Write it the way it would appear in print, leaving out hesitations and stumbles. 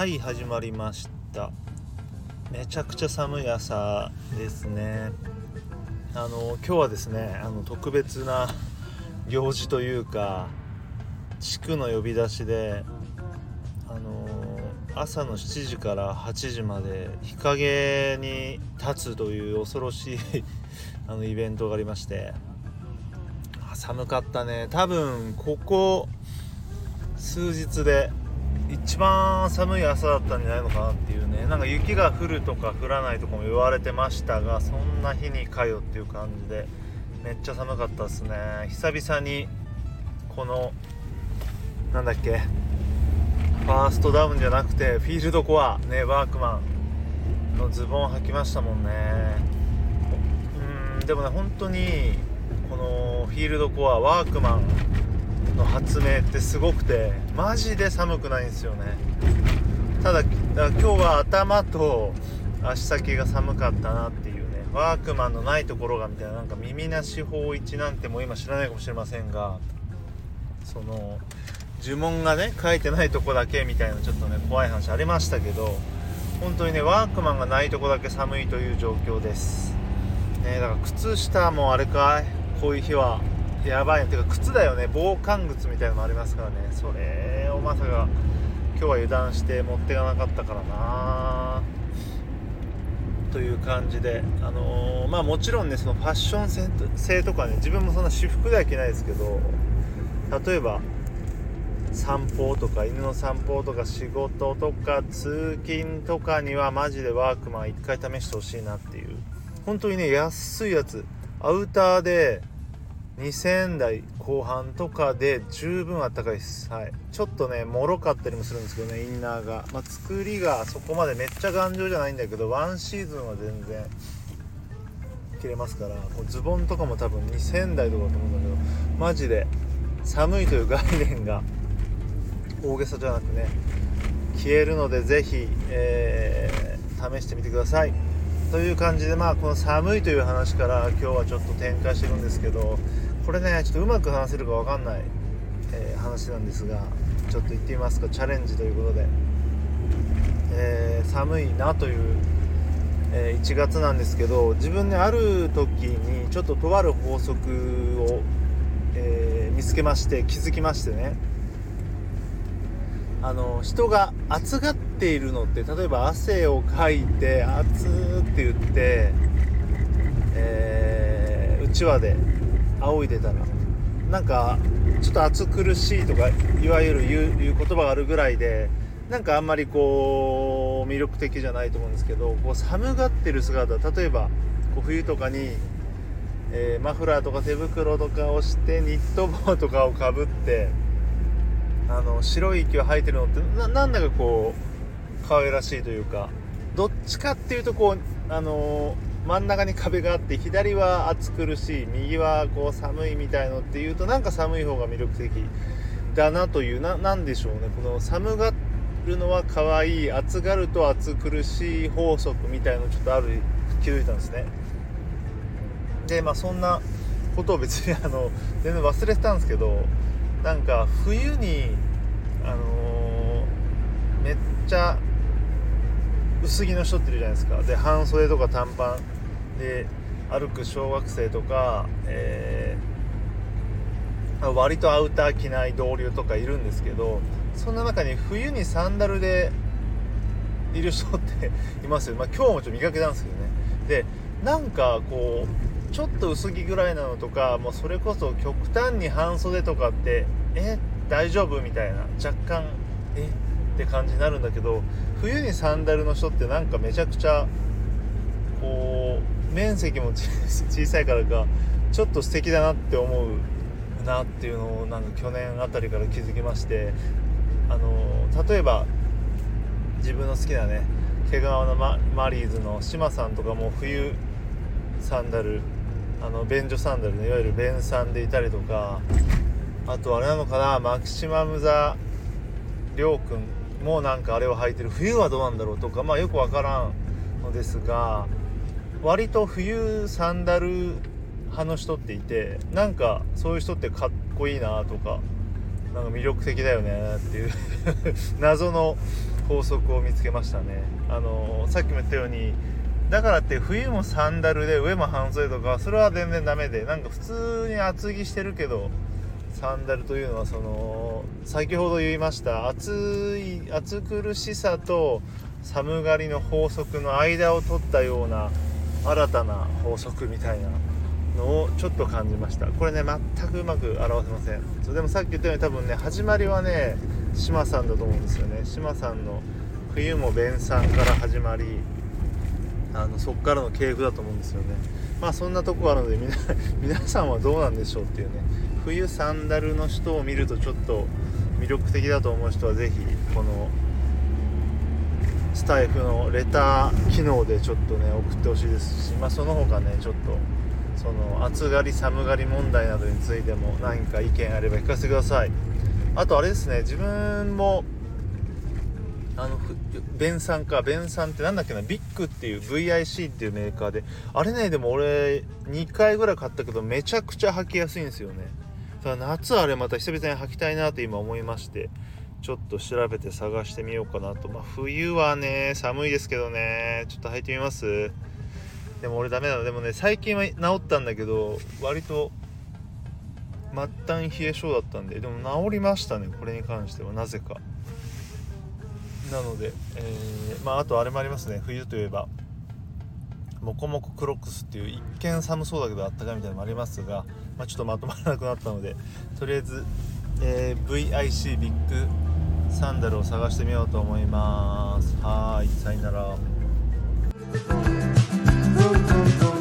はい始まりました。めちゃくちゃ寒い朝ですね。今日はですね特別な行事というか地区の呼び出しで朝の7時から8時まで日陰に立つという恐ろしいイベントがありまして、寒かったね。多分ここ数日で一番寒い朝だったんじゃないのかなっていうね。なんか雪が降るとか降らないとかも言われてましたが、そんな日にかよっていう感じでめっちゃ寒かったですね。久々にこのファーストダウンじゃなくてフィールドコアね、ワークマンのズボン履きましたもんね。でもね、本当にこのフィールドコアワークマンの発明ってすごくて、マジで寒くないんですよね。ただ今日は頭と足先が寒かったなっていうね。ワークマンのないところがみたいな、なんか耳なし法一なんてもう今知らないかもしれませんが、その呪文がね書いてないとこだけみたいなちょっとね怖い話ありましたけど、本当にねワークマンがないとこだけ寒いという状況ですね。だから靴下もあれかい、こういう日はやばいね。てか靴だよね、防寒靴みたいなのもありますからね。それをまさか今日は油断して持ってかなかったからなという感じで、もちろんね、そのファッション性とかね、自分もそんな私服では着ないですけど、例えば散歩とか犬の散歩とか仕事とか通勤とかにはマジでワークマン一回試してほしいなっていう。本当にね、安いやつアウターで2000円台後半とかで十分あったかいです。はい、ちょっとね脆かったりもするんですけどね、インナーが、作りがそこまでめっちゃ頑丈じゃないんだけど、ワンシーズンは全然着れますから、もうズボンとかも多分2000円台とかだと思うんだけど、マジで寒いという概念が大げさじゃなくね消えるので、ぜひ、試してみてくださいという感じで、この寒いという話から今日はちょっと展開してるんですけど、これねちょっとうまく話せるか分かんない、話なんですが、ちょっと言ってみますか。チャレンジということで、寒いなという、1月なんですけど、自分ねある時にちょっととある法則を、見つけまして、気づきましてね、人が暑がっているのって、例えば汗をかいて暑って言って、うちわで仰いでたら、なんかちょっと暑苦しいとかいわゆる言う言葉があるぐらいで、なんかあんまりこう魅力的じゃないと思うんですけど、こう寒がってる姿、例えばこう冬とかに、マフラーとか手袋とかをしてニット帽とかをかぶって白い息を吐いてるのってなんだかこう可愛らしいというか、どっちかっていうとこう真ん中に壁があって、左は暑苦しい、右はこう寒いみたいのっていうと、なんか寒い方が魅力的だなという、なんでしょうね、この寒がるのは可愛い、暑がると暑苦しい法則みたいのちょっとある気づいたんですね。でそんなことを別に全然忘れてたんですけど、なんか冬にめっちゃ薄着の人っているじゃないですか。で半袖とか短パンで歩く小学生とか、割とアウター着ない同僚とかいるんですけど、そんな中に冬にサンダルでいる人っていますよ。今日もちょっと見かけたんですけどね。でなんかこうちょっと薄着ぐらいなのとか、もうそれこそ極端に半袖とかって大丈夫みたいな、若干って感じになるんだけど、冬にサンダルの人ってなんかめちゃくちゃこう面積も小さいからかちょっと素敵だなって思うなっていうのを、なんか去年あたりから気づきまして、例えば自分の好きなね毛皮のマリーズの島さんとかも冬サンダル、便所サンダルのいわゆる便サンでいたりとか、あとあれなのかな、マキシマムザりょうくんもなんかあれを履いてる。冬はどうなんだろうとか、よくわからんのですが、割と冬サンダル派の人っていて、なんかそういう人ってかっこいいなとか、なんか魅力的だよねっていう謎の法則を見つけましたね。さっきも言ったように、だからって冬もサンダルで上も半袖とかそれは全然ダメで、なんか普通に厚着してるけどサンダルというのは先ほど言いました暑苦しさと寒がりの法則の間を取ったような新たな法則みたいなのをちょっと感じました。これね全くうまく表せません。でもさっき言ったように多分ね始まりはね島さんだと思うんですよね。島さんの冬も弁さんから始まりそっからの系譜だと思うんですよね。まあそんなとこあるので皆さんはどうなんでしょうっていうね。冬サンダルの人を見るとちょっと魅力的だと思う人はぜひこのスタイフのレター機能でちょっとね送ってほしいですし、まあその他ねちょっと暑がり寒がり問題などについても何か意見あれば聞かせてください。あとあれですね、自分も弁さんってなんだっけな、ビッグっていう VIC っていうメーカーで、あれねでも俺2回ぐらい買ったけどめちゃくちゃ履きやすいんですよね。だから夏あれまた久々に履きたいなと今思いまして、ちょっと調べて探してみようかなと。まあ冬はね寒いですけどね、ちょっと履いてみます。でも俺ダメなの。でもね最近は治ったんだけど割と末端冷え性だったんで、でも治りましたねこれに関してはなぜか。なので、まああとあれもありますね。冬といえばモコモコクロックスっていう一見寒そうだけどあったかいみたいなのもありますが、まあ、ちょっとまとまらなくなったのでとりあえず、VIC ビッグサンダルを探してみようと思います。はい、さよなら。